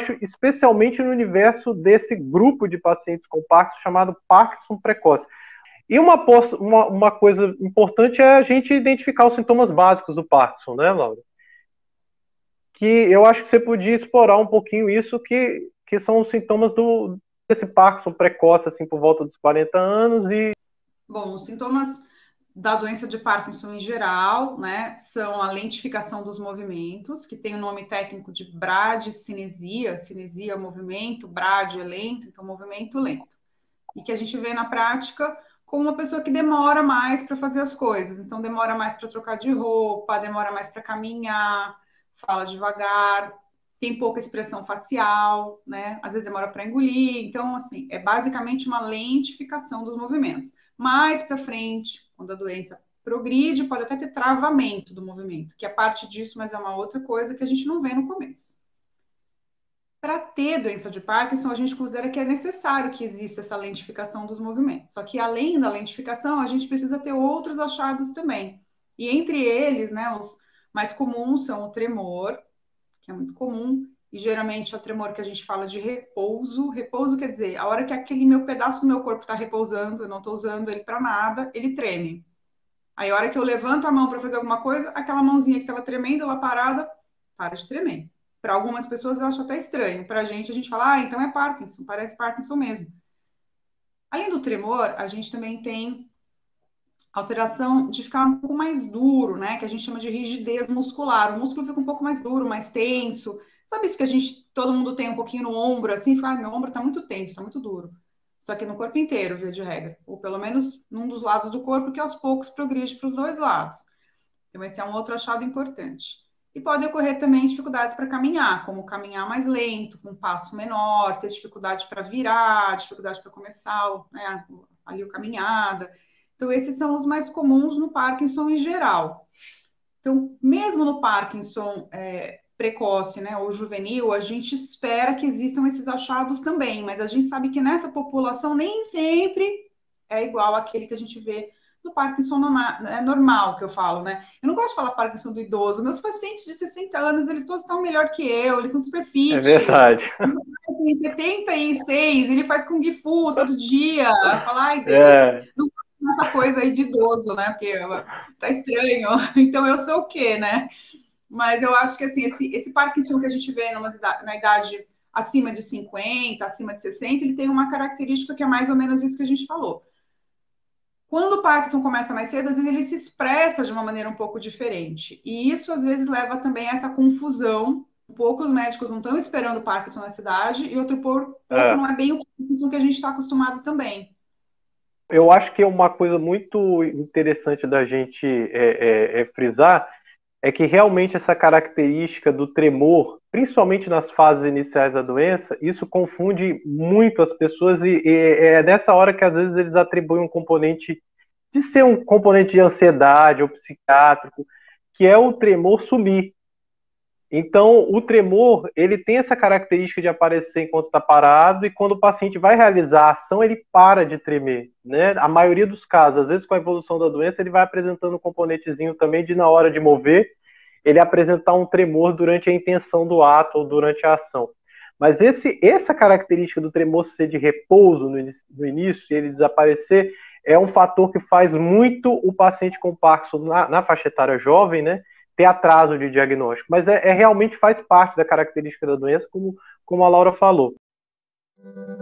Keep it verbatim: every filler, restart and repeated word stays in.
especialmente no universo desse grupo de pacientes com Parkinson chamado Parkinson precoce. E uma, uma, uma coisa importante é a gente identificar os sintomas básicos do Parkinson, né, Laura? Que eu acho que você podia explorar um pouquinho isso, que, que são os sintomas do, desse Parkinson precoce, assim, por volta dos quarenta anos e... Bom, os sintomas da doença de Parkinson em geral, né, são a lentificação dos movimentos, que tem o nome técnico de bradicinesia, cinesia é o movimento, brad é lento, então movimento lento. E que a gente vê na prática como uma pessoa que demora mais para fazer as coisas, então demora mais para trocar de roupa, demora mais para caminhar, fala devagar, tem pouca expressão facial, né? Às vezes demora para engolir. Então, assim, é basicamente uma lentificação dos movimentos. Mais para frente, quando a doença progride, pode até ter travamento do movimento, que é parte disso, mas é uma outra coisa que a gente não vê no começo. Para ter doença de Parkinson, a gente considera que é necessário que exista essa lentificação dos movimentos. Só que, além da lentificação, a gente precisa ter outros achados também. E entre eles, né, os mais comuns são o tremor, que é muito comum, e geralmente é o tremor que a gente fala de repouso. Repouso quer dizer, a hora que aquele meu pedaço do meu corpo está repousando, eu não estou usando ele para nada, ele treme. Aí, a hora que eu levanto a mão para fazer alguma coisa, aquela mãozinha que estava tremendo, ela parada, para de tremer. Para algumas pessoas eu acho até estranho. Para a gente, a gente fala, ah, então é Parkinson, parece Parkinson mesmo. Além do tremor, a gente também tem alteração de ficar um pouco mais duro, né? Que a gente chama de rigidez muscular. O músculo fica um pouco mais duro, mais tenso. Sabe isso que a gente, todo mundo tem um pouquinho no ombro, assim, fica, ah, meu ombro tá muito tenso, tá muito duro. Só que no corpo inteiro, via de regra. Ou pelo menos num dos lados do corpo, que aos poucos progride para os dois lados. Então, esse é um outro achado importante. E pode ocorrer também dificuldades para caminhar, como caminhar mais lento, com um passo menor, ter dificuldade para virar, dificuldade para começar, né, ali a caminhada. Então, esses são os mais comuns no Parkinson em geral. Então, mesmo no Parkinson é, precoce, né, ou juvenil, a gente espera que existam esses achados também, mas a gente sabe que nessa população nem sempre é igual àquele que a gente vê no Parkinson normal, que eu falo, né? Eu não gosto de falar Parkinson do idoso. Meus pacientes de sessenta anos, eles todos estão melhor que eu, eles são super fit. É verdade. Em setenta e seis, ele faz Kung Fu todo dia. Fala, ai, Deus, É. não faço essa coisa aí de idoso, né? Porque tá estranho. Então, eu sou o quê, né? Mas eu acho que, assim, esse, esse Parkinson que a gente vê numa, na idade acima de cinquenta, acima de sessenta, ele tem uma característica que é mais ou menos isso que a gente falou. Quando o Parkinson começa mais cedo, às vezes ele se expressa de uma maneira um pouco diferente. E isso, às vezes, leva também a essa confusão. Poucos médicos não estão esperando o Parkinson na cidade e outro pouco é. não é bem o Parkinson que a gente está acostumado também. Eu acho que é uma coisa muito interessante da gente é, é, é frisar é que realmente essa característica do tremor, principalmente nas fases iniciais da doença, isso confunde muito as pessoas e, e é nessa hora que às vezes eles atribuem um componente de ser um componente de ansiedade ou psiquiátrico, que é o tremor sumir. Então, o tremor, ele tem essa característica de aparecer enquanto está parado e quando o paciente vai realizar a ação, ele para de tremer, né? A maioria dos casos, às vezes com a evolução da doença, ele vai apresentando um componentezinho também de, na hora de mover, ele apresentar um tremor durante a intenção do ato ou durante a ação. Mas esse, essa característica do tremor ser de repouso no, no início e ele desaparecer, é um fator que faz muito o paciente com Parkinson na, na faixa etária jovem, né? Ter atraso de diagnóstico, mas é, é realmente faz parte da característica da doença, como, como a Laura falou.